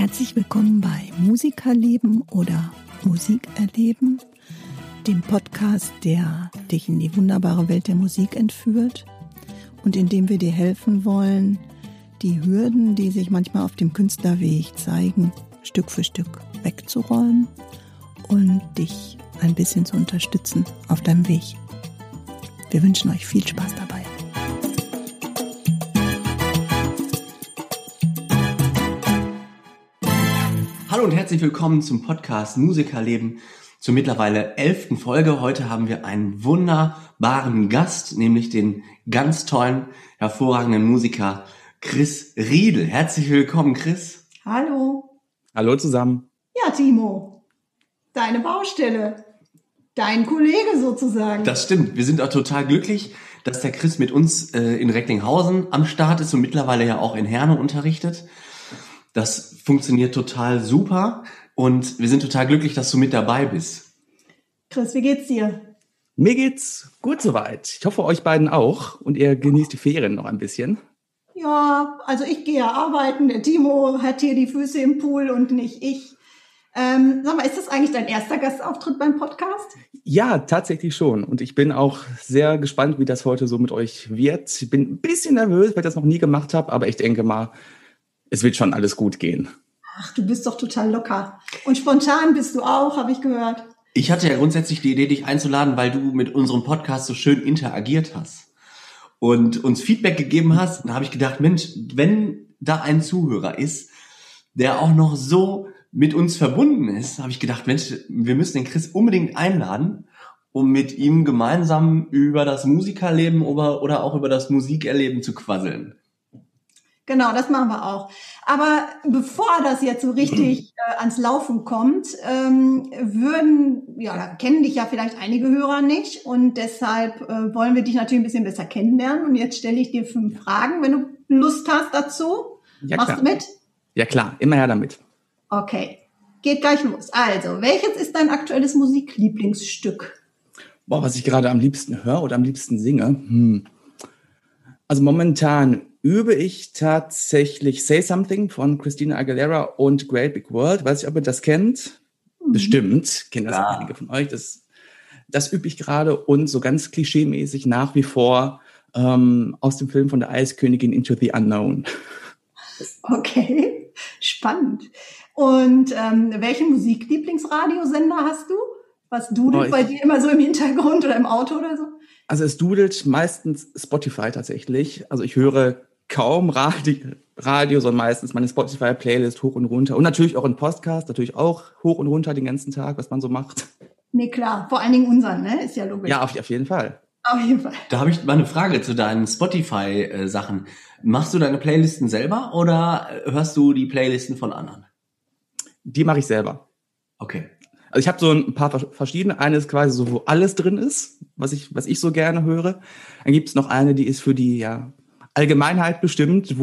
Herzlich willkommen bei Musikerleben oder Musik erleben, dem Podcast, der dich in die wunderbare Welt der Musik entführt und in dem wir dir helfen wollen, die Hürden, die sich manchmal auf dem Künstlerweg zeigen, Stück für Stück wegzuräumen und dich ein bisschen zu unterstützen auf deinem Weg. Wir wünschen euch viel Spaß dabei. Hallo und herzlich willkommen zum Podcast Musikerleben zur mittlerweile 11. Folge. Heute haben wir einen wunderbaren Gast, nämlich den ganz tollen, hervorragenden Musiker Chris Riedel. Herzlich willkommen, Chris. Hallo. Hallo zusammen. Ja, Timo, deine Baustelle, dein Kollege sozusagen. Das stimmt. Wir sind auch total glücklich, dass der Chris mit uns in Recklinghausen am Start ist und mittlerweile ja auch in Herne unterrichtet. Das funktioniert total super und wir sind total glücklich, dass du mit dabei bist. Chris, wie geht's dir? Mir geht's gut soweit. Ich hoffe, euch beiden auch und ihr genießt die Ferien noch ein bisschen. Ja, also ich gehe ja arbeiten. Der Timo hat hier die Füße im Pool und nicht ich. Sag mal, ist das eigentlich dein erster Gastauftritt beim Podcast? Ja, tatsächlich schon. Und ich bin auch sehr gespannt, wie das heute so mit euch wird. Ich bin ein bisschen nervös, weil ich das noch nie gemacht habe, aber ich denke mal, es wird schon alles gut gehen. Ach, du bist doch total locker. Und spontan bist du auch, habe ich gehört. Ich hatte ja grundsätzlich die Idee, dich einzuladen, weil du mit unserem Podcast so schön interagiert hast und uns Feedback gegeben hast. Da habe ich gedacht, Mensch, wenn da ein Zuhörer ist, der auch noch so mit uns verbunden ist, habe ich gedacht, Mensch, wir müssen den Chris unbedingt einladen, um mit ihm gemeinsam über das Musikerleben oder auch über das Musikerleben zu quasseln. Genau, das machen wir auch. Aber bevor das jetzt so richtig ans Laufen kommt, da kennen dich ja vielleicht einige Hörer nicht und deshalb wollen wir dich natürlich ein bisschen besser kennenlernen. Und jetzt stelle ich dir 5 Fragen, wenn du Lust hast dazu. Ja, Machst klar. du mit? Ja klar, immer her damit. Okay, geht gleich los. Also, welches ist dein aktuelles Musiklieblingsstück? Boah, was ich gerade am liebsten höre oder am liebsten singe? Also momentan übe ich tatsächlich Say Something von Christina Aguilera und Great Big World. Weiß ich, ob ihr das kennt. Bestimmt kennen das einige von euch. Das übe ich gerade und so ganz klischeemäßig nach wie vor aus dem Film von der Eiskönigin Into the Unknown. Okay, spannend. Und welchen Musiklieblingsradiosender hast du? Was dudelt bei dir immer so im Hintergrund oder im Auto oder so? Also es dudelt meistens Spotify tatsächlich. Also ich höre kaum Radio, sondern meistens meine Spotify-Playlist hoch und runter. Und natürlich auch ein Podcast, natürlich auch hoch und runter den ganzen Tag, was man so macht. Nee, klar. Vor allen Dingen unseren, ne? Ist ja logisch. Ja, auf jeden Fall. Auf jeden Fall. Da habe ich mal eine Frage zu deinen Spotify-Sachen. Machst du deine Playlisten selber oder hörst du die Playlisten von anderen? Die mache ich selber. Okay. Also ich habe so ein paar verschiedene. Eine ist quasi so, wo alles drin ist, was ich so gerne höre. Dann gibt es noch eine, die ist für die Allgemeinheit bestimmt,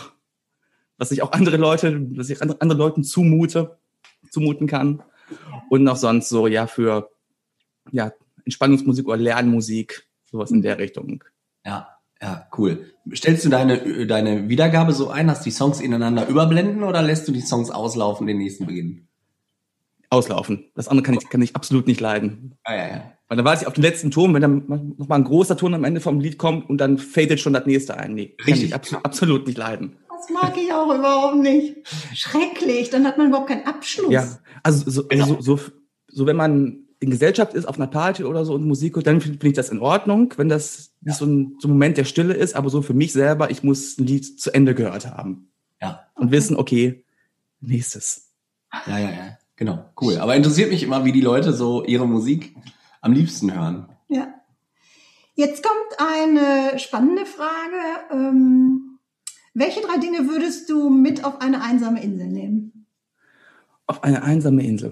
was ich anderen Leuten zumuten kann. Und noch sonst so, für Entspannungsmusik oder Lernmusik, sowas in der Richtung. Ja, cool. Stellst du deine Wiedergabe so ein, dass die Songs ineinander überblenden oder lässt du die Songs auslaufen, den nächsten beginnen? Auslaufen. Das andere kann ich absolut nicht leiden. Ja. Weil dann warte ich auf den letzten Ton, wenn dann noch mal ein großer Ton am Ende vom Lied kommt und dann fadet schon das nächste ein. Nee, kann ich absolut nicht leiden. Das mag ich auch überhaupt nicht. Schrecklich, dann hat man überhaupt keinen Abschluss. Ja, also so wenn man in Gesellschaft ist, auf einer Party oder so und Musik hört, dann finde ich das in Ordnung, wenn das nicht so ein Moment der Stille ist, aber so für mich selber, ich muss ein Lied zu Ende gehört haben. Ja. Und wissen, okay, nächstes. Ja. Genau, cool. Aber interessiert mich immer, wie die Leute so ihre Musik am liebsten hören. Ja. Jetzt kommt eine spannende Frage. Welche 3 Dinge würdest du mit auf eine einsame Insel nehmen? Auf eine einsame Insel?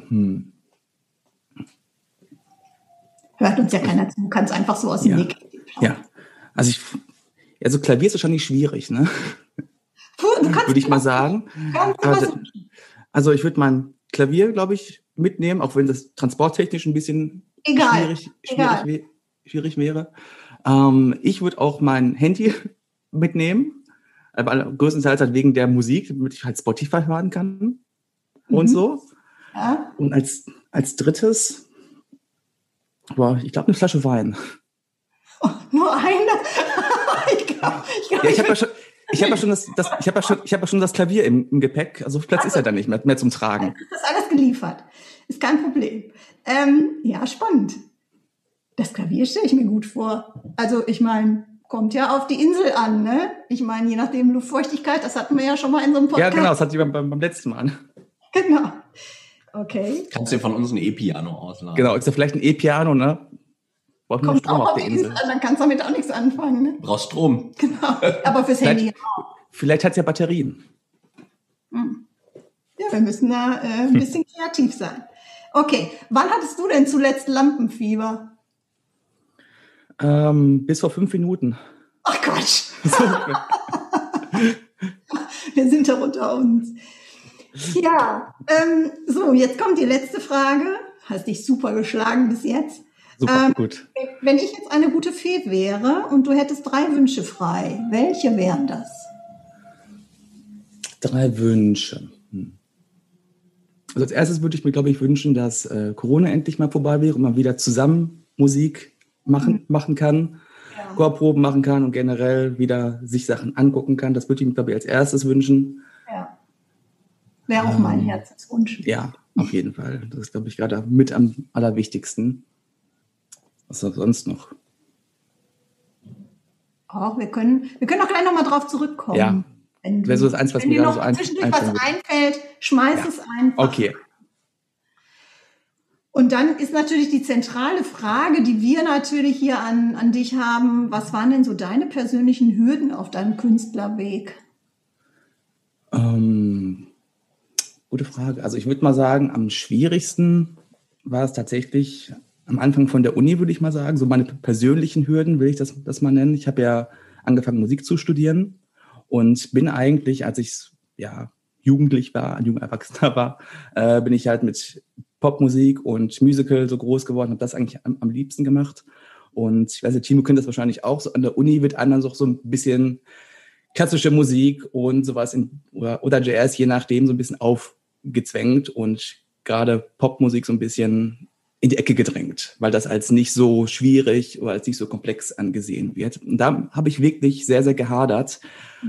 Hört uns ja keiner zu. Du kannst einfach so aus dem Weg. Ja, also Klavier ist wahrscheinlich schwierig, ne? Würde ich mal sagen. Also ich würde mein Klavier, glaube ich, mitnehmen, auch wenn das transporttechnisch ein bisschen schwierig wäre. Ich würde auch mein Handy mitnehmen, aber größtenteils halt wegen der Musik, damit ich halt Spotify hören kann. und so. Ja. Und als drittes, ich glaube, eine Flasche Wein. Oh, nur eine? Ich habe ja schon das Klavier im Gepäck. Also Platz ist ja dann nicht mehr zum Tragen. Das ist alles geliefert. Ist kein Problem. Ja, spannend. Das Klavier stelle ich mir gut vor. Also ich meine, kommt ja auf die Insel an, ne? Ich meine, je nachdem Luftfeuchtigkeit, das hatten wir ja schon mal in so einem Podcast. Ja, genau, das hatte ich beim letzten Mal. Genau. Okay. Kannst du dir von uns ein E-Piano ausladen? Genau, ist ja vielleicht ein E-Piano, ne? Braucht man Kommt Strom auch auf der Insel. an, dann kannst du damit auch nichts anfangen, ne? Brauchst Strom. Genau. Aber fürs Handy auch. Vielleicht hat es ja Batterien. Ja, wir müssen da ein bisschen kreativ sein. Okay, wann hattest du denn zuletzt Lampenfieber? Bis vor 5 Minuten. Ach Quatsch. Wir sind da unter uns. Ja, so, jetzt kommt die letzte Frage. Hast dich super geschlagen bis jetzt. Super, gut. Wenn ich jetzt eine gute Fee wäre und du hättest 3 Wünsche frei, welche wären das? 3 Wünsche. Also als erstes würde ich mir, glaube ich, wünschen, dass Corona endlich mal vorbei wäre und man wieder zusammen Musik machen kann, Ja. Chorproben machen kann und generell wieder sich Sachen angucken kann. Das würde ich mir, glaube ich, als erstes wünschen. Ja. Wäre auch mein Herzenswunsch. Ja, auf jeden Fall. Das ist, glaube ich, gerade mit am allerwichtigsten. Was ist sonst noch? Auch wir können auch gleich nochmal drauf zurückkommen. Ja. Wenn Wäre so das eins, was wenn mir dir gerade noch so zwischendurch was einfällt. einfällt, schmeiß es einfach. Okay. Und dann ist natürlich die zentrale Frage, die wir natürlich hier an dich haben, was waren denn so deine persönlichen Hürden auf deinem Künstlerweg? Gute Frage. Also ich würde mal sagen, am schwierigsten war es tatsächlich am Anfang von der Uni, würde ich mal sagen. So meine persönlichen Hürden will ich das mal nennen. Ich habe ja angefangen, Musik zu studieren und bin eigentlich, als ich jugendlich war, ein junger Erwachsener war, bin ich halt mit Popmusik und Musical so groß geworden, habe das eigentlich am liebsten gemacht. Und ich weiß nicht, Timo kennt das wahrscheinlich auch, so an der Uni wird anderen so ein bisschen klassische Musik und sowas oder Jazz, je nachdem, so ein bisschen aufgezwängt und gerade Popmusik so ein bisschen in die Ecke gedrängt, weil das als nicht so schwierig oder als nicht so komplex angesehen wird. Und da habe ich wirklich sehr, sehr gehadert,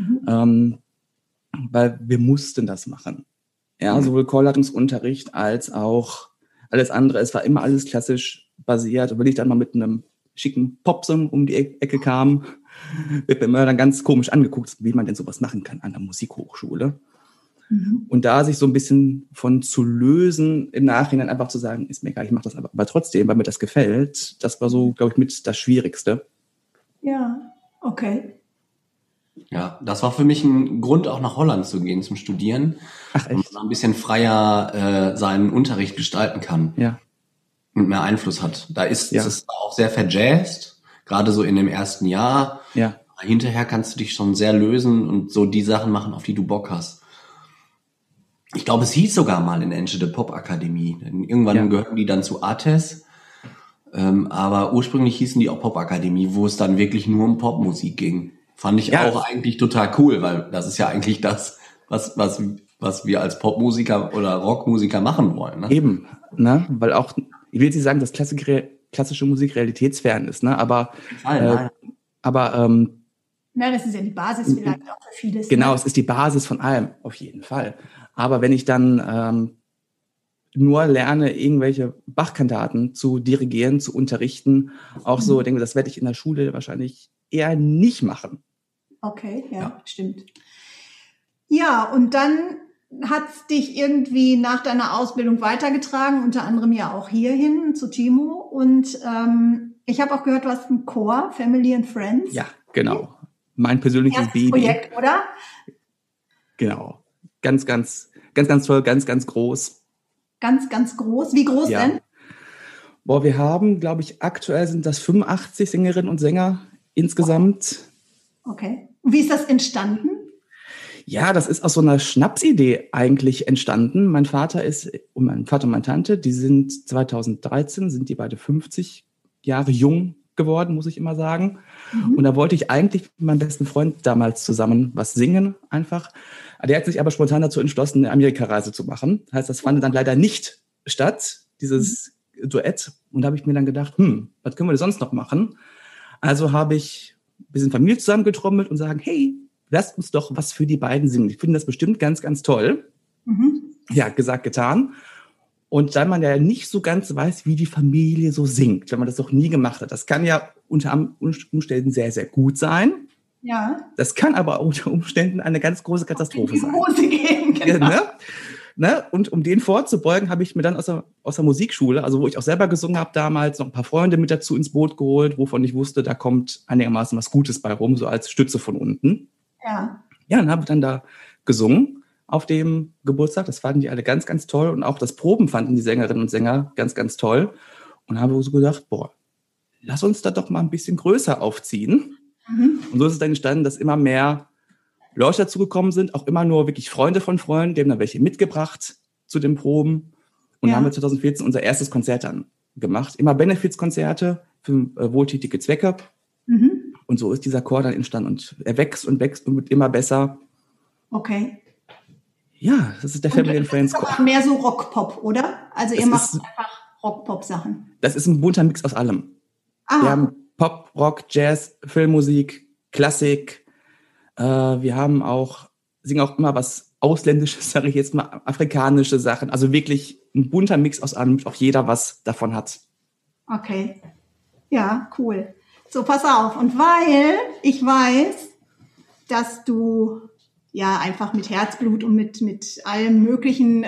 weil wir mussten das machen. Ja, sowohl Chorleitungsunterricht als auch alles andere. Es war immer alles klassisch basiert. Und wenn ich dann mal mit einem schicken Popsong um die Ecke kam, wird mir immer dann ganz komisch angeguckt, wie man denn sowas machen kann an der Musikhochschule. Und da sich so ein bisschen von zu lösen, im Nachhinein einfach zu sagen, ist mir egal, ich mache das aber trotzdem, weil mir das gefällt, das war so, glaube ich, mit das Schwierigste. Ja, okay. Ja, das war für mich ein Grund, auch nach Holland zu gehen zum Studieren. Ach, und echt? man ein bisschen freier seinen Unterricht gestalten kann Ja. und mehr Einfluss hat. Da ist Ja. es auch sehr verjazzt, gerade so in dem ersten Jahr. Ja. Hinterher kannst du dich schon sehr lösen und so die Sachen machen, auf die du Bock hast. Ich glaube, es hieß sogar mal in Enschede Popakademie. Irgendwann gehörten die dann zu ATES. Aber ursprünglich hießen die auch Popakademie, wo es dann wirklich nur um Popmusik ging. Fand ich auch eigentlich total cool, weil das ist ja eigentlich das, was wir als Popmusiker oder Rockmusiker machen wollen. Ne? Eben, ne? Weil auch, ich will jetzt nicht sagen, dass klassische Musik realitätsfern ist, ne? Aber, Na, das ist ja die Basis vielleicht auch für vieles. genau, Ne? es ist die Basis von allem, auf jeden Fall. Aber wenn ich dann nur lerne, irgendwelche Bachkantaten zu dirigieren, zu unterrichten, auch so, denke, das werde ich in der Schule wahrscheinlich eher nicht machen. Okay, ja, stimmt. Ja, und dann hat's dich irgendwie nach deiner Ausbildung weitergetragen, unter anderem ja auch hierhin zu Timo. Und ich habe auch gehört, du hast einen Chor, Family and Friends. Ja, genau. Mein persönliches Erstes Baby. Projekt, oder? Genau. Ganz toll, ganz groß. Ganz, ganz groß. Wie groß Ja. denn? Boah, wir haben, glaube ich, aktuell sind das 85 Sängerinnen und Sänger insgesamt. Okay. Und wie ist das entstanden? Ja, das ist aus so einer Schnapsidee eigentlich entstanden. Mein Vater und meine Tante, die sind 2013, sind die beide 50 Jahre jung geworden, muss ich immer sagen. Und da wollte ich eigentlich mit meinem besten Freund damals zusammen was singen, einfach. Der hat sich aber spontan dazu entschlossen, eine Amerikareise zu machen. Heißt, das fand dann leider nicht statt, dieses Duett. Und da habe ich mir dann gedacht, was können wir denn sonst noch machen? Also habe ich ein bisschen Familie zusammengetrommelt und sagen, hey, lasst uns doch was für die beiden singen. Ich finde das bestimmt ganz, ganz toll. Ja, gesagt, getan. Und da man ja nicht so ganz weiß, wie die Familie so singt, wenn man das noch nie gemacht hat. Das kann ja unter Umständen sehr, sehr gut sein. Ja. Das kann aber unter Umständen eine ganz große Katastrophe sein. Hose gehen, genau. Ja, ne? Und um den vorzubeugen, habe ich mir dann aus der Musikschule, also wo ich auch selber gesungen habe damals, noch ein paar Freunde mit dazu ins Boot geholt, wovon ich wusste, da kommt einigermaßen was Gutes bei rum, so als Stütze von unten. Ja. Ja, dann habe ich dann da gesungen auf dem Geburtstag. Das fanden die alle ganz, ganz toll. Und auch das Proben fanden die Sängerinnen und Sänger ganz, ganz toll. Und habe so gedacht, lass uns da doch mal ein bisschen größer aufziehen. Und so ist es dann entstanden, dass immer mehr Leute dazugekommen sind, auch immer nur wirklich Freunde von Freunden, die haben dann welche mitgebracht zu den Proben. Und haben wir 2014 unser erstes Konzert dann gemacht. Immer Benefizkonzerte für wohltätige Zwecke. Und so ist dieser Chor dann entstanden. Und er wächst und wird immer besser. Okay. Ja, das ist der Family and Friends Chor. Das ist aber mehr so Rock-Pop, oder? Also ihr macht einfach Rock-Pop-Sachen. Das ist ein bunter Mix aus allem. Wir haben Pop, Rock, Jazz, Filmmusik, Klassik. Wir haben singen auch immer was Ausländisches, sage ich jetzt mal, afrikanische Sachen. Also wirklich ein bunter Mix aus allem, damit auch jeder was davon hat. Okay. Ja, cool. So, pass auf. Und weil ich weiß, dass du ja einfach mit Herzblut und mit allem Möglichen,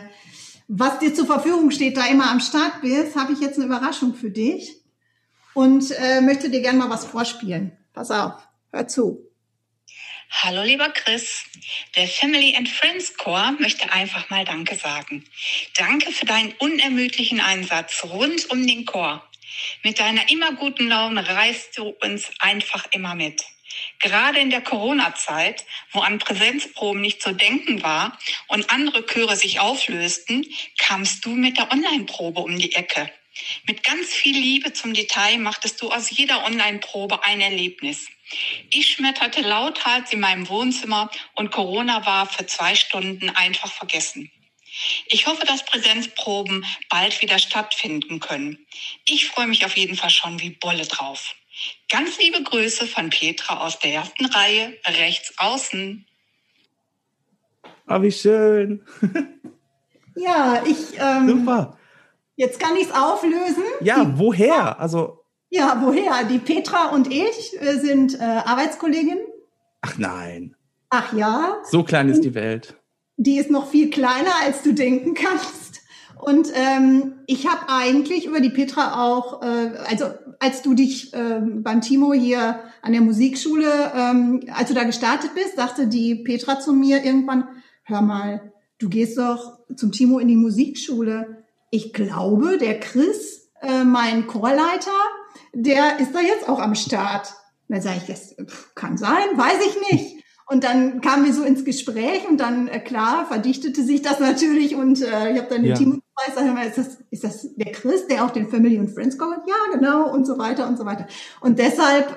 was dir zur Verfügung steht, da immer am Start bist, habe ich jetzt eine Überraschung für dich und möchte dir gerne mal was vorspielen. Pass auf, hör zu. Hallo lieber Chris, der Family and Friends Chor möchte einfach mal Danke sagen. Danke für deinen unermüdlichen Einsatz rund um den Chor. Mit deiner immer guten Laune reißt du uns einfach immer mit. Gerade in der Corona-Zeit, wo an Präsenzproben nicht zu denken war und andere Chöre sich auflösten, kamst du mit der Online-Probe um die Ecke. Mit ganz viel Liebe zum Detail machtest du aus jeder Online-Probe ein Erlebnis. Ich schmetterte lauthals in meinem Wohnzimmer und Corona war für 2 Stunden einfach vergessen. Ich hoffe, dass Präsenzproben bald wieder stattfinden können. Ich freue mich auf jeden Fall schon wie Bolle drauf. Ganz liebe Grüße von Petra aus der ersten Reihe, rechts außen. Wie schön. Ja, super. Jetzt kann ich es auflösen. Ja, woher? Ja, woher? Die Petra und ich sind Arbeitskolleginnen. Ach nein. Ach ja. So klein ist die Welt. Die ist noch viel kleiner, als du denken kannst. Und ich habe eigentlich über die Petra auch, also als du dich beim Timo hier an der Musikschule, als du da gestartet bist, sagte die Petra zu mir irgendwann, hör mal, du gehst doch zum Timo in die Musikschule. Ich glaube, der Chris, mein Chorleiter, der ist da jetzt auch am Start. Und dann sage ich, das kann sein, weiß ich nicht. Und dann kamen wir so ins Gespräch und dann, klar, verdichtete sich das natürlich und ich habe dann den Timo gefragt, ist das der Chris, der auch den Family and Friends Chor hat? Ja, genau, und so weiter und so weiter. Und deshalb,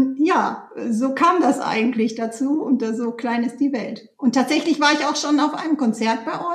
so kam das eigentlich dazu und so klein ist die Welt. Und tatsächlich war ich auch schon auf einem Konzert bei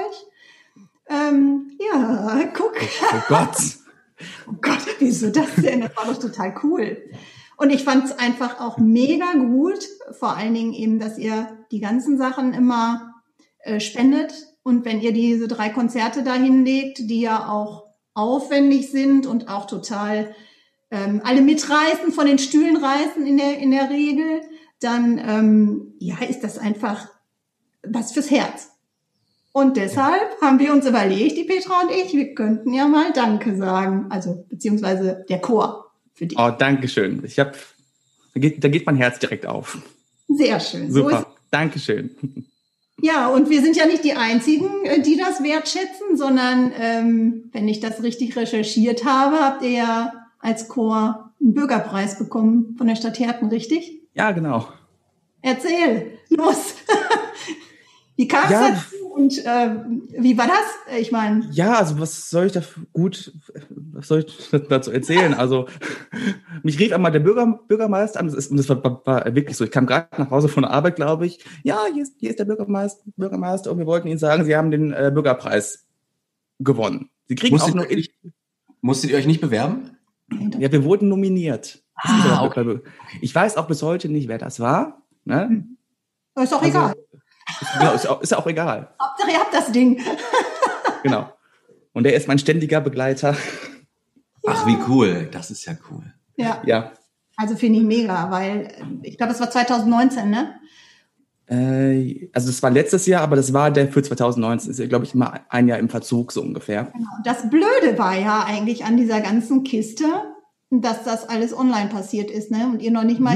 euch. Guck. Oh Gott. Oh Gott, wieso das denn? Das war doch total cool. Und ich fand es einfach auch mega gut, vor allen Dingen eben, dass ihr die ganzen Sachen immer spendet. Und wenn ihr diese 3 Konzerte da hinlegt, die ja auch aufwendig sind und auch total alle mitreißen, von den Stühlen reißen in der Regel, dann ist das einfach was fürs Herz. Und deshalb haben wir uns überlegt, die Petra und ich, wir könnten ja mal Danke sagen. Also beziehungsweise der Chor. Für dich. Oh, danke schön. Da geht mein Herz direkt auf. Sehr schön. Super, Dankeschön. Ja, und wir sind ja nicht die Einzigen, die das wertschätzen, sondern wenn ich das richtig recherchiert habe, habt ihr ja als Chor einen Bürgerpreis bekommen von der Stadt Herten, richtig? Ja, genau. Erzähl, los. Wie kam es dazu und wie war das? Ich meine... Ja, also was was soll ich dazu erzählen? Also, mich rief einmal der Bürgermeister an, das war wirklich so. Ich kam gerade nach Hause von der Arbeit, glaube ich. Ja, hier ist der Bürgermeister und wir wollten Ihnen sagen, Sie haben den Bürgerpreis gewonnen. Sie kriegen Musstet ihr euch nicht bewerben? Ja, wir wurden nominiert. Okay. Ich weiß auch bis heute nicht, wer das war. Ne? Ist auch egal. Ist ja auch egal. Hauptsache, ihr habt das Ding. Genau. Und der ist mein ständiger Begleiter. Ach, wie cool. Das ist ja cool. Ja. Also finde ich mega, weil ich glaube, es war 2019, ne? Also das war letztes Jahr, aber das war der für 2019. Ist ja, glaube ich, immer ein Jahr im Verzug so ungefähr. Genau. Das Blöde war ja eigentlich an dieser ganzen Kiste, dass das alles online passiert ist, ne? Und ihr noch nicht mal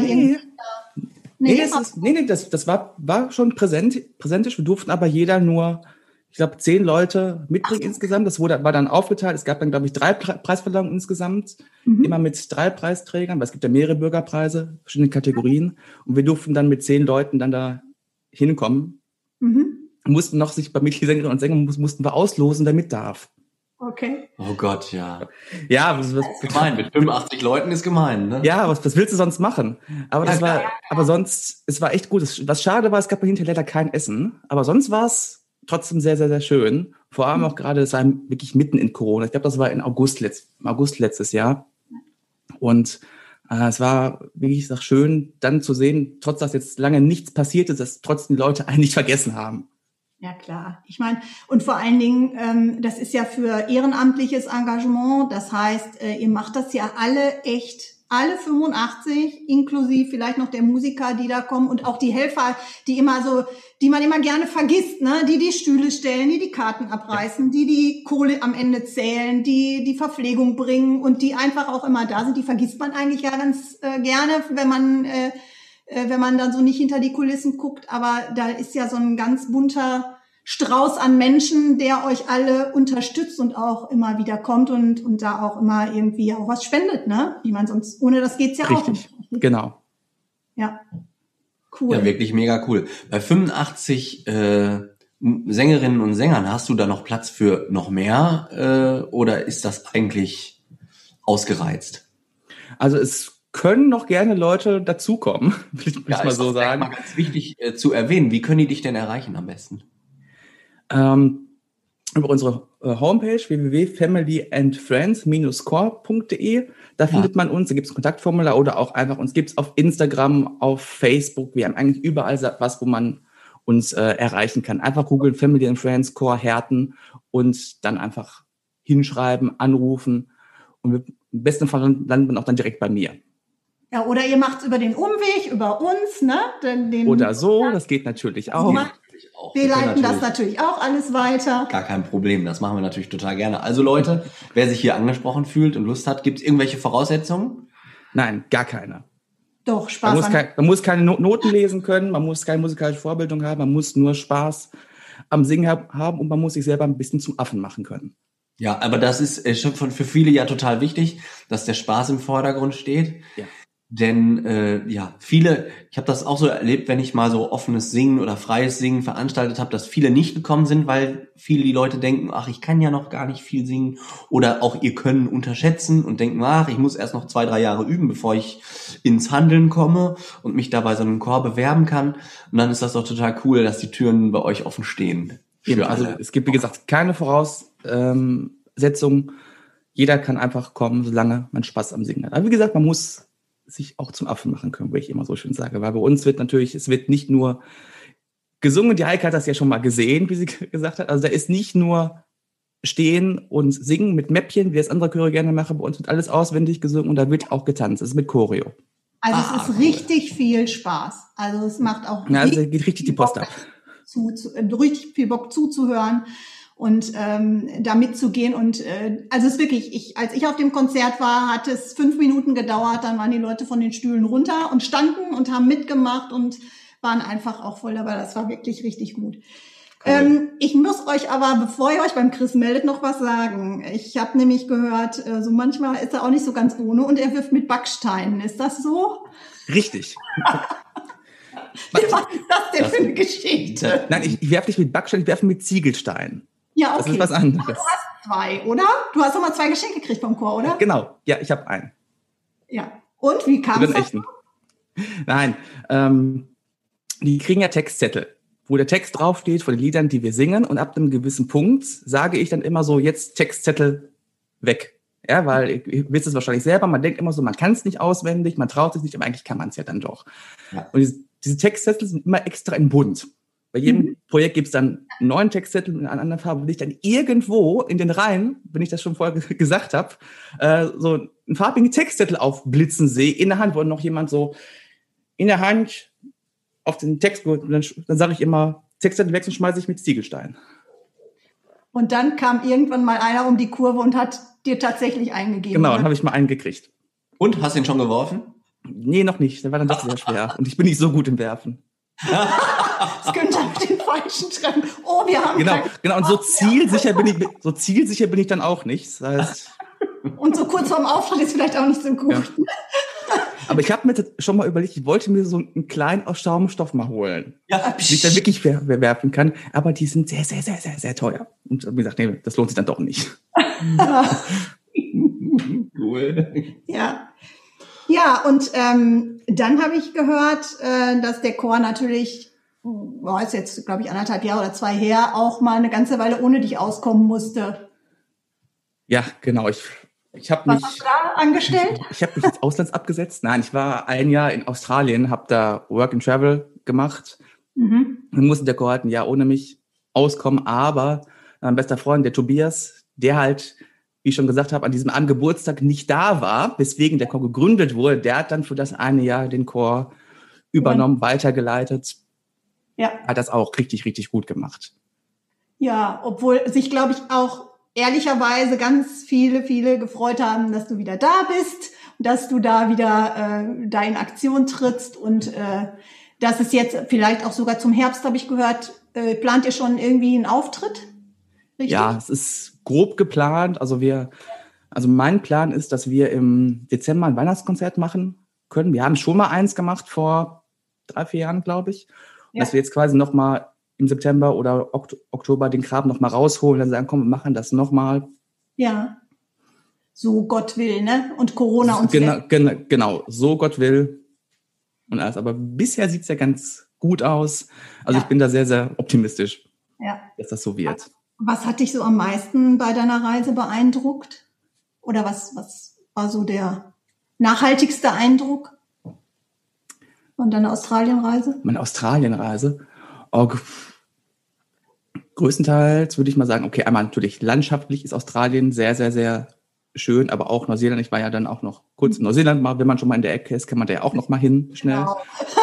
das war schon präsentisch. Wir durften aber jeder nur, ich glaube, 10 Leute mitbringen insgesamt. Das war dann aufgeteilt. Es gab dann, glaube ich, 3 Preisverleihungen insgesamt. Immer mit 3 Preisträgern, weil es gibt ja mehrere Bürgerpreise, verschiedene Kategorien. Und wir durften dann mit 10 Leuten dann da hinkommen. Mussten noch sich bei Mitgliedsängerinnen und Sängern mussten wir auslosen, wer mit darf. Okay. Oh Gott, ja. Ja, was gemein. Mit 85 Leuten ist gemein, ne? Ja, was willst du sonst machen? Aber sonst, es war echt gut. Was schade war, es gab hinterher leider kein Essen. Aber sonst war es trotzdem sehr, sehr, sehr schön. Vor allem auch gerade, es war wirklich mitten in Corona. Ich glaube, das war im August letztes Jahr. Und es war, wie ich sage, schön, dann zu sehen, trotz dass jetzt lange nichts passiert ist, dass trotzdem die Leute einen nicht vergessen haben. Ja, klar. Ich meine, und vor allen Dingen, das ist ja für ehrenamtliches Engagement. Das heißt, ihr macht das ja alle 85, inklusive vielleicht noch der Musiker, die da kommen und auch die Helfer, die man immer gerne vergisst, ne? Die Stühle stellen, die Karten abreißen, die Kohle am Ende zählen, die Verpflegung bringen und die einfach auch immer da sind. Die vergisst man eigentlich ja ganz gerne, wenn man dann so nicht hinter die Kulissen guckt. Aber da ist ja so ein ganz bunter Strauß an Menschen, der euch alle unterstützt und auch immer wieder kommt und da auch immer irgendwie auch was spendet, ne? Wie man sonst, ohne das geht's ja auch nicht. Richtig, genau. Ja, cool. Ja, wirklich mega cool. Bei 85 Sängerinnen und Sängern, hast du da noch Platz für noch mehr oder ist das eigentlich ausgereizt? Also es können noch gerne Leute dazukommen, will ich mal so sagen. Mal ganz wichtig zu erwähnen, wie können die dich denn erreichen am besten? Über unsere Homepage www.familyandfriends-core.de. Da findet man uns, da gibt es ein Kontaktformular oder auch einfach uns gibt es auf Instagram, auf Facebook. Wir haben eigentlich überall was, wo man uns erreichen kann. Einfach googeln Family and Friends Core Herten und dann einfach hinschreiben, anrufen und im besten Fall landen wir auch dann direkt bei mir. Ja, oder ihr macht's über den Umweg, über uns, ne? Oder so, das geht natürlich auch. Wir leiten das natürlich auch alles weiter. Gar kein Problem, das machen wir natürlich total gerne. Also Leute, wer sich hier angesprochen fühlt und Lust hat, gibt es irgendwelche Voraussetzungen? Nein, gar keine. Doch, Spaß. Man muss keine Noten lesen können, man muss keine musikalische Vorbildung haben, man muss nur Spaß am Singen haben und man muss sich selber ein bisschen zum Affen machen können. Ja, aber das ist schon für viele ja total wichtig, dass der Spaß im Vordergrund steht. Ja. Denn ich habe das auch so erlebt, wenn ich mal so offenes Singen oder freies Singen veranstaltet habe, dass viele nicht gekommen sind, weil viele die Leute denken, ach, ich kann ja noch gar nicht viel singen oder auch ihr Können unterschätzen und denken, ach, ich muss erst noch 2-3 Jahre üben, bevor ich ins Handeln komme und mich da bei so einem Chor bewerben kann. Und dann ist das doch total cool, dass die Türen bei euch offen stehen. Also es gibt, wie gesagt, keine Voraussetzungen. Jeder kann einfach kommen, solange man Spaß am Singen hat. Aber wie gesagt, man muss sich auch zum Affen machen können, wie ich immer so schön sage. Weil bei uns wird es wird nicht nur gesungen, die Heike hat das ja schon mal gesehen, wie sie gesagt hat. Also da ist nicht nur stehen und singen mit Mäppchen, wie das andere Chöre gerne machen. Bei uns wird alles auswendig gesungen und da wird auch getanzt. Das ist mit Choreo. Also es ist richtig viel Spaß. Also es macht auch geht richtig die Post ab. Richtig viel Bock zuzuhören und da mitzugehen. Und also es ist wirklich, als ich auf dem Konzert war, hat es 5 Minuten gedauert, dann waren die Leute von den Stühlen runter und standen und haben mitgemacht und waren einfach auch voll dabei. Das war wirklich richtig gut. Cool. Ich muss euch aber, bevor ihr euch beim Chris meldet, noch was sagen. Ich habe nämlich gehört, so manchmal ist er auch nicht so ganz ohne und er wirft mit Backsteinen. Ist das so? Richtig. Was ist das denn für eine Geschichte? Nein, ich werfe nicht mit Backsteinen, ich werfe mit Ziegelsteinen. Ja, okay. Das ist was anderes. 2, oder? Du hast doch mal 2 Geschenke gekriegt vom Chor, oder? Genau, ja, ich habe einen. Ja. Und wie kam es? Nein, die kriegen ja Textzettel, wo der Text draufsteht von den Liedern, die wir singen. Und ab einem gewissen Punkt sage ich dann immer so, jetzt Textzettel weg. Ja, weil ihr wisst es wahrscheinlich selber, man denkt immer so, man kann es nicht auswendig, man traut sich nicht, aber eigentlich kann man es ja dann doch. Ja. Und diese Textzettel sind immer extra in bunt. Bei jedem Projekt gibt es dann einen neuen Textzettel in einer anderen Farbe, wo ich dann irgendwo in den Reihen, wenn ich das schon vorher gesagt habe, so einen farbigen Textzettel aufblitzen sehe, in der Hand, wo noch jemand so in der Hand auf den Text, dann sage ich immer, Textzettel wechseln, schmeiße ich mit Ziegelstein. Und dann kam irgendwann mal einer um die Kurve und hat dir tatsächlich eingegeben. Genau, dann habe ich mal einen gekriegt. Und, hast du ihn schon geworfen? Nee, noch nicht. Der war dann doch sehr schwer. Und ich bin nicht so gut im Werfen. Das könnte auf den Falschen treffen. Oh, wir haben Genau. Und so zielsicher bin ich dann auch nicht. Das heißt, und so kurz vorm Auftritt ist vielleicht auch nicht so gut. Ja. Aber ich habe mir schon mal überlegt, ich wollte mir so einen kleinen aus Schaumstoff mal holen, den ich dann wirklich werfen kann. Aber die sind sehr, sehr, sehr, sehr, sehr teuer. Und wie gesagt, nee, das lohnt sich dann doch nicht. Cool. Ja. Ja, und dann habe ich gehört, dass der Chor natürlich, ist jetzt, glaube ich, 1,5 Jahre oder 2 her, auch mal eine ganze Weile ohne dich auskommen musste. Ja, genau. Ich habe mich. Was hast du da angestellt? Ich habe mich ins Ausland abgesetzt. Nein, ich war 1 Jahr in Australien, habe da Work and Travel gemacht. Dann musste der Chor halt 1 Jahr ohne mich auskommen. Aber mein bester Freund, der Tobias, der halt, wie ich schon gesagt habe, an diesem einen Geburtstag nicht da war, weswegen der Chor gegründet wurde, der hat dann für das 1 Jahr den Chor übernommen, weitergeleitet. Ja. Hat das auch richtig, richtig gut gemacht. Ja, obwohl sich, glaube ich, auch ehrlicherweise ganz viele gefreut haben, dass du wieder da bist, dass du da wieder da in Aktion trittst und dass es jetzt vielleicht auch sogar zum Herbst, habe ich gehört, plant ihr schon irgendwie einen Auftritt? Richtig? Ja, es ist grob geplant. Also mein Plan ist, dass wir im Dezember ein Weihnachtskonzert machen können. Wir haben schon mal eins gemacht vor 3-4 Jahren, glaube ich. Und dass wir jetzt quasi nochmal im September oder Oktober den Graben nochmal rausholen und dann sagen, komm, wir machen das nochmal. Ja. So Gott will, ne? Und Corona und Genau, so Gott will und alles. Aber bisher sieht es ja ganz gut aus. Also ich bin da sehr, sehr optimistisch, dass das so wird. Was hat dich so am meisten bei deiner Reise beeindruckt? Oder was war so der nachhaltigste Eindruck von deiner Australienreise? Meine Australienreise? Größtenteils würde ich mal sagen, okay, einmal natürlich landschaftlich ist Australien sehr, sehr, sehr schön, aber auch Neuseeland. Ich war ja dann auch noch kurz in Neuseeland mal, wenn man schon mal in der Ecke ist, kann man da ja auch noch mal hin, schnell. Genau.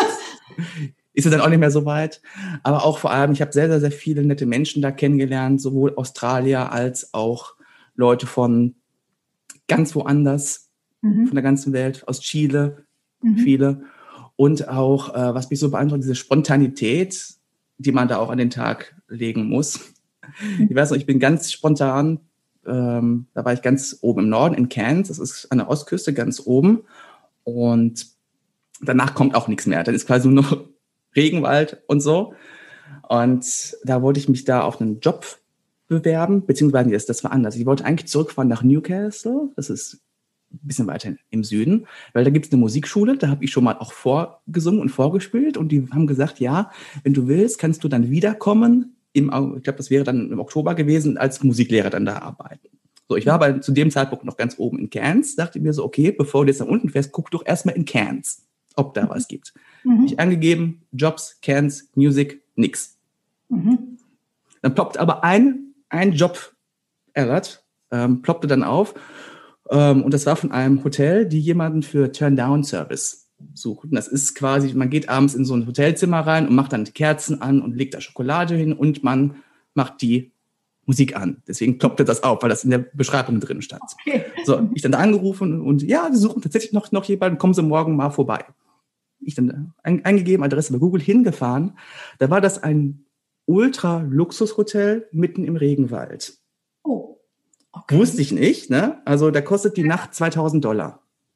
Ist es dann auch nicht mehr so weit. Aber auch vor allem, ich habe sehr, sehr, sehr viele nette Menschen da kennengelernt, sowohl Australier als auch Leute von ganz woanders, von der ganzen Welt, aus Chile, viele. Und auch, was mich so beeindruckt, diese Spontanität, die man da auch an den Tag legen muss. Ich weiß noch, ich bin ganz spontan, da war ich ganz oben im Norden, in Cairns, das ist an der Ostküste, ganz oben. Und danach kommt auch nichts mehr. Dann ist quasi nur noch Regenwald und so. Und da wollte ich mich da auf einen Job bewerben, beziehungsweise das war anders. Ich wollte eigentlich zurückfahren nach Newcastle, das ist ein bisschen weiter im Süden, weil da gibt es eine Musikschule, da habe ich schon mal auch vorgesungen und vorgespielt und die haben gesagt, ja, wenn du willst, kannst du dann wiederkommen, ich glaube, das wäre dann im Oktober gewesen, als Musiklehrer dann da arbeiten. So, ich war aber zu dem Zeitpunkt noch ganz oben in Cairns, dachte mir so, okay, bevor du jetzt nach unten fährst, guck doch erstmal in Cairns, ob da was gibt. Ich angegeben, Jobs, Cairns, Music, nix. Dann ploppt aber ein Job-Alert, ploppte dann auf, und das war von einem Hotel, die jemanden für Turn-Down-Service suchen. Das ist quasi, man geht abends in so ein Hotelzimmer rein und macht dann die Kerzen an und legt da Schokolade hin und man macht die Musik an. Deswegen ploppte das auf, weil das in der Beschreibung drin stand. Okay. So, ich dann da angerufen und ja, wir suchen tatsächlich noch jemanden, kommen Sie morgen mal vorbei. Ich dann eingegeben, Adresse bei Google, hingefahren. Da war das ein Ultra-Luxus-Hotel mitten im Regenwald. Oh. Okay. Wusste ich nicht, ne? Also da kostet die Nacht $2.000.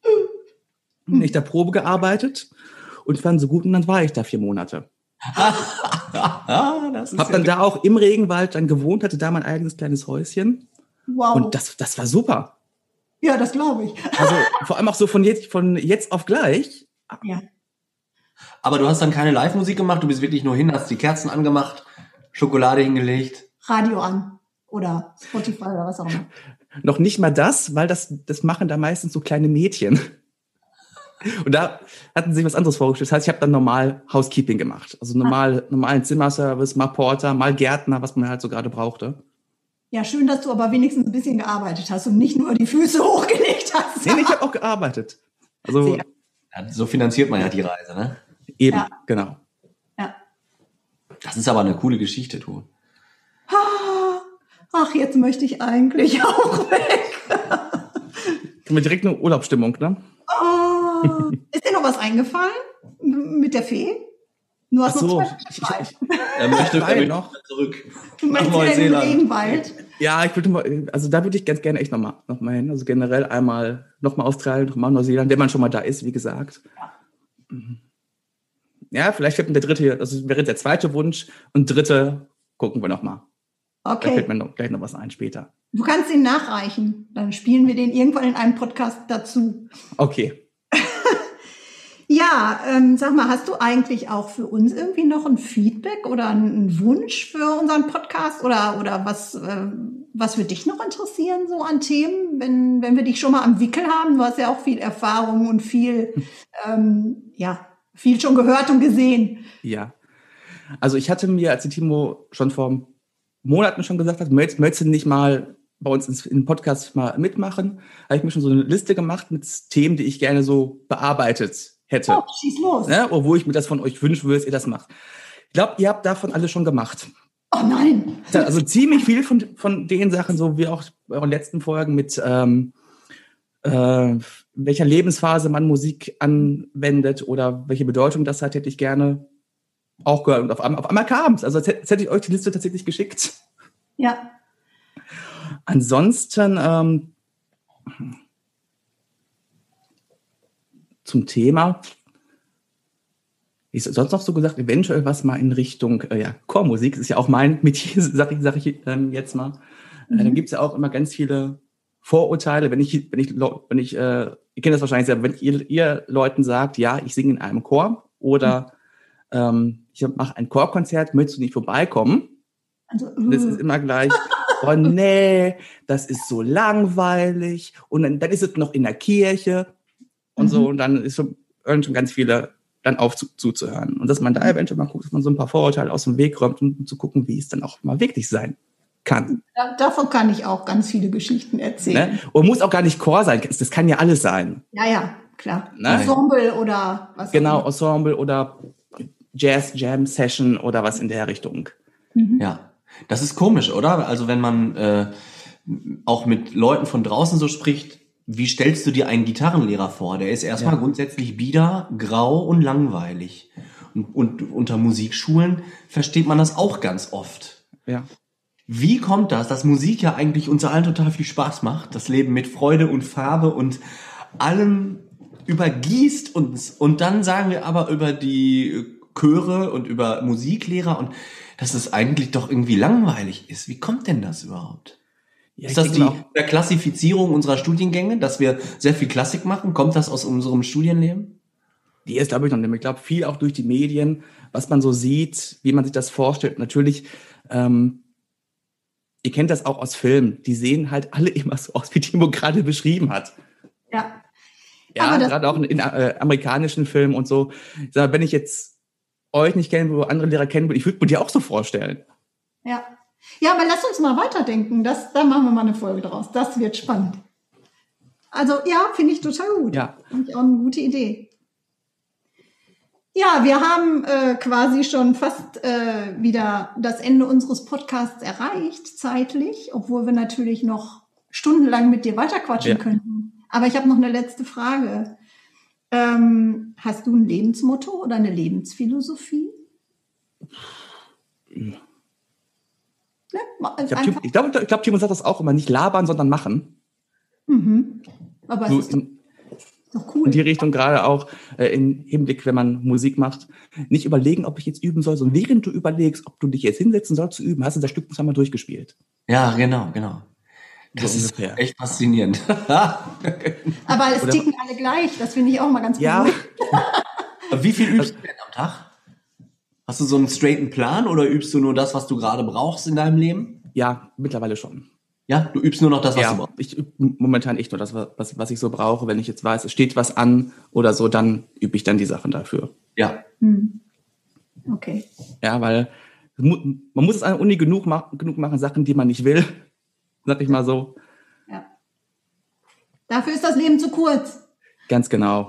Ich da Probe gearbeitet und fand so gut und dann war ich da 4 Monate. Hab dann da auch im Regenwald dann gewohnt, hatte da mein eigenes kleines Häuschen Wow. Und das war super. Ja, das glaube ich. Also vor allem auch so von jetzt auf gleich. Ja. Aber du hast dann keine Live-Musik gemacht, du bist wirklich nur hin, hast die Kerzen angemacht, Schokolade hingelegt. Radio an oder Spotify oder was auch immer. Noch nicht mal das, weil das machen da meistens so kleine Mädchen. Und da hatten sie sich was anderes vorgestellt. Das heißt, ich habe dann normal Housekeeping gemacht. Also normalen Zimmerservice, mal Porter, mal Gärtner, was man halt so gerade brauchte. Ja, schön, dass du aber wenigstens ein bisschen gearbeitet hast und nicht nur die Füße hochgelegt hast. Nee, ich habe auch gearbeitet. Also Sehr. Ja, so finanziert man ja die Reise, ne? eben, Ja. genau. Ja. Das ist aber eine coole Geschichte, du. Ach, jetzt möchte ich eigentlich auch weg. Haben wir direkt eine Urlaubsstimmung, ne? Oh. Ist dir noch was eingefallen mit der Fee? Du hast Ach so, noch zwei. Er möchte Nein, noch. zurück Du nach möchtest wieder in den Neuseeland. Regenwald. Ja, da würde ich ganz gerne echt noch mal hin. Also generell noch mal Australien, noch mal Neuseeland, wenn man schon mal da ist, wie gesagt. Ja, vielleicht fällt mir der dritte, das wäre der zweite Wunsch. Und dritte gucken wir noch mal. Da fällt Okay. mir gleich noch was ein später. Du kannst ihn nachreichen. Dann spielen wir den irgendwann in einem Podcast dazu. Okay. Ja, sag mal, hast du eigentlich auch für uns irgendwie noch ein Feedback oder einen Wunsch für unseren Podcast oder was würde dich noch interessieren so an Themen, wenn wir dich schon mal am Wickel haben? Du hast ja auch viel Erfahrung und viel schon gehört und gesehen. Ja. Also ich hatte mir, als die Timo schon vor Monaten schon gesagt hat, möchtest du nicht mal bei uns im Podcast mal mitmachen, habe ich mir schon so eine Liste gemacht mit Themen, die ich gerne so bearbeitet hätte. Oh, schieß los. Ne? Wo ich mir das von euch wünschen würde, dass ihr das macht. Ich glaube, ihr habt davon alle schon gemacht. Oh nein. Also ziemlich viel von den Sachen, so wie auch bei euren letzten Folgen mit welcher Lebensphase man Musik anwendet oder welche Bedeutung das hat, hätte ich gerne auch gehört. Und auf einmal kam es. Also als hätte ich euch die Liste tatsächlich geschickt. Ja. Ansonsten zum Thema, ist sonst noch so gesagt, eventuell was mal in Richtung Chormusik, das ist ja auch mein Metier, sag ich jetzt mal. Da gibt es ja auch immer ganz viele Vorurteile, ihr kennt das wahrscheinlich sehr, wenn ihr Leuten sagt, ja, ich singe in einem Chor oder ich mache ein Chorkonzert, möchtest du nicht vorbeikommen? Also, Das ist immer gleich, oh nee, das ist so langweilig und dann ist es noch in der Kirche und so und dann ist schon ganz viele dann auf zuzuhören. Und dass man da eventuell mal guckt, dass man so ein paar Vorurteile aus dem Weg räumt, um zu gucken, wie es dann auch mal wirklich sein kann. davon kann ich auch ganz viele Geschichten erzählen. Ne? Und muss auch gar nicht Chor sein, das kann ja alles sein. Ja, klar. Nein. Ensemble oder was Genau, auch immer. Ensemble oder Jazz-Jam-Session oder was in der Richtung. Ja, das ist komisch, oder? Also wenn man auch mit Leuten von draußen so spricht, wie stellst du dir einen Gitarrenlehrer vor? Der ist erstmal grundsätzlich bieder, grau und langweilig. Und unter Musikschulen versteht man das auch ganz oft. Ja. Wie kommt das, dass Musik ja eigentlich uns allen total viel Spaß macht, das Leben mit Freude und Farbe und allem übergießt uns und dann sagen wir aber über die Chöre und über Musiklehrer und dass es eigentlich doch irgendwie langweilig ist. Wie kommt denn das überhaupt? Ja, Ist das die der Klassifizierung unserer Studiengänge, dass wir sehr viel Klassik machen? Kommt das aus unserem Studienleben? Die ist, glaube ich, noch nicht. Ich glaube, viel auch durch die Medien, was man so sieht, wie man sich das vorstellt. Natürlich, ihr kennt das auch aus Filmen. Die sehen halt alle immer so aus, wie Timo gerade beschrieben hat. Ja. Ja, Aber gerade auch in amerikanischen Filmen und so. Ich sag, wenn ich jetzt euch nicht kennen würde, andere Lehrer kennen würde, ich würde mir die auch so vorstellen. Ja. Ja, aber lass uns mal weiterdenken. Da machen wir mal eine Folge draus. Das wird spannend. Also ja, finde ich total gut. Ja. Finde ich auch eine gute Idee. Ja, wir haben quasi schon fast wieder das Ende unseres Podcasts erreicht, zeitlich, obwohl wir natürlich noch stundenlang mit dir weiterquatschen könnten. Aber ich habe noch eine letzte Frage. Hast du ein Lebensmotto oder eine Lebensphilosophie? Ne? Ich glaube, Timo sagt das auch immer, nicht labern, sondern machen. Aber So es ist doch cool. in die Richtung gerade auch im Hinblick, wenn man Musik macht, nicht überlegen, ob ich jetzt üben soll, sondern während du überlegst, ob du dich jetzt hinsetzen sollst zu üben, hast du das Stück einmal durchgespielt. Ja, genau. Das ist echt faszinierend. Aber es ticken alle gleich. Das finde ich auch mal ganz gut. Ja. Wie viel übst du denn am Tag? Hast du so einen straighten Plan oder übst du nur das, was du gerade brauchst in deinem Leben? Ja, mittlerweile schon. Ja, du übst nur noch das, was du brauchst. Ich übe momentan echt nur das, was ich so brauche. Wenn ich jetzt weiß, es steht was an oder so, dann übe ich dann die Sachen dafür. Ja. Okay. Ja, weil man muss es an der Uni genug machen, Sachen, die man nicht will. Sag ich mal so. Ja. Dafür ist das Leben zu kurz. Ganz genau.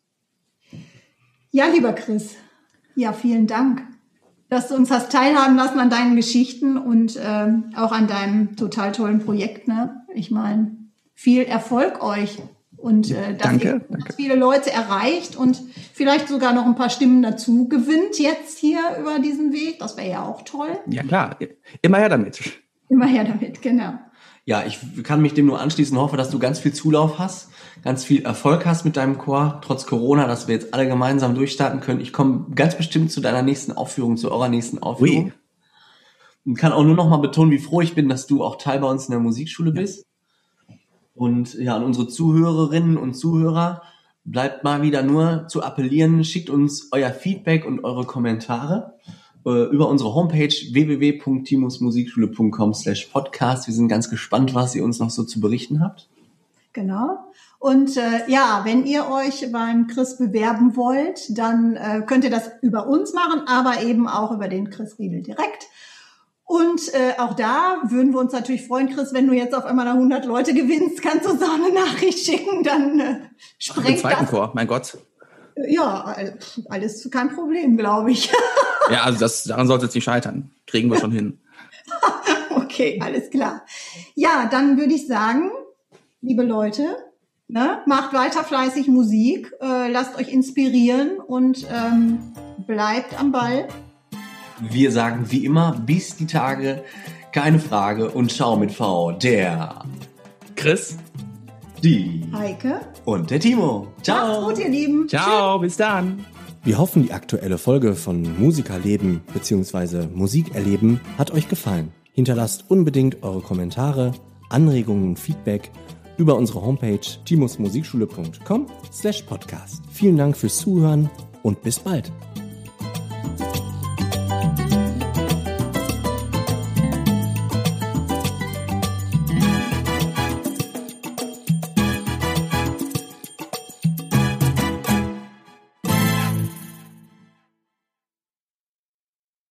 Ja, lieber Chris. Ja, vielen Dank, dass du uns hast teilhaben lassen an deinen Geschichten und auch an deinem total tollen Projekt. Ne? Ich meine, viel Erfolg euch und dass ihr ganz viele Leute erreicht und vielleicht sogar noch ein paar Stimmen dazu gewinnt jetzt hier über diesen Weg. Das wäre ja auch toll. Ja, klar. Immer her damit. Immer her damit, genau. Ja, ich kann mich dem nur anschließen, hoffe, dass du ganz viel Zulauf hast, ganz viel Erfolg hast mit deinem Chor, trotz Corona, dass wir jetzt alle gemeinsam durchstarten können. Ich komme ganz bestimmt zu deiner nächsten Aufführung, zu eurer nächsten Aufführung. Oui. Und kann auch nur noch mal betonen, wie froh ich bin, dass du auch Teil bei uns in der Musikschule bist. Und ja, an unsere Zuhörerinnen und Zuhörer bleibt mal wieder nur zu appellieren, schickt uns euer Feedback und eure Kommentare über unsere Homepage www.timusmusikschule.com/podcast. Wir sind ganz gespannt, was ihr uns noch so zu berichten habt. Genau. Und wenn ihr euch beim Chris bewerben wollt, dann könnt ihr das über uns machen, aber eben auch über den Chris Riedel direkt. Und auch da würden wir uns natürlich freuen, Chris, wenn du jetzt auf einmal 100 Leute gewinnst, kannst du uns auch eine Nachricht schicken, dann sprengt Den zweiten das. Chor, mein Gott. Ja, alles kein Problem, glaube ich. Ja, also daran sollte es nicht scheitern. Kriegen wir schon hin. Okay, alles klar. Ja, dann würde ich sagen, liebe Leute, macht weiter fleißig Musik, lasst euch inspirieren und bleibt am Ball. Wir sagen wie immer, bis die Tage, keine Frage und Schau mit V, der Chris, die Heike und der Timo. Ciao. Macht's gut, ihr Lieben. ciao, bis dann. Wir hoffen, die aktuelle Folge von Musikerleben bzw. Musikerleben hat euch gefallen. Hinterlasst unbedingt eure Kommentare, Anregungen und Feedback über unsere Homepage timusmusikschule.com/podcast. Vielen Dank fürs Zuhören und bis bald.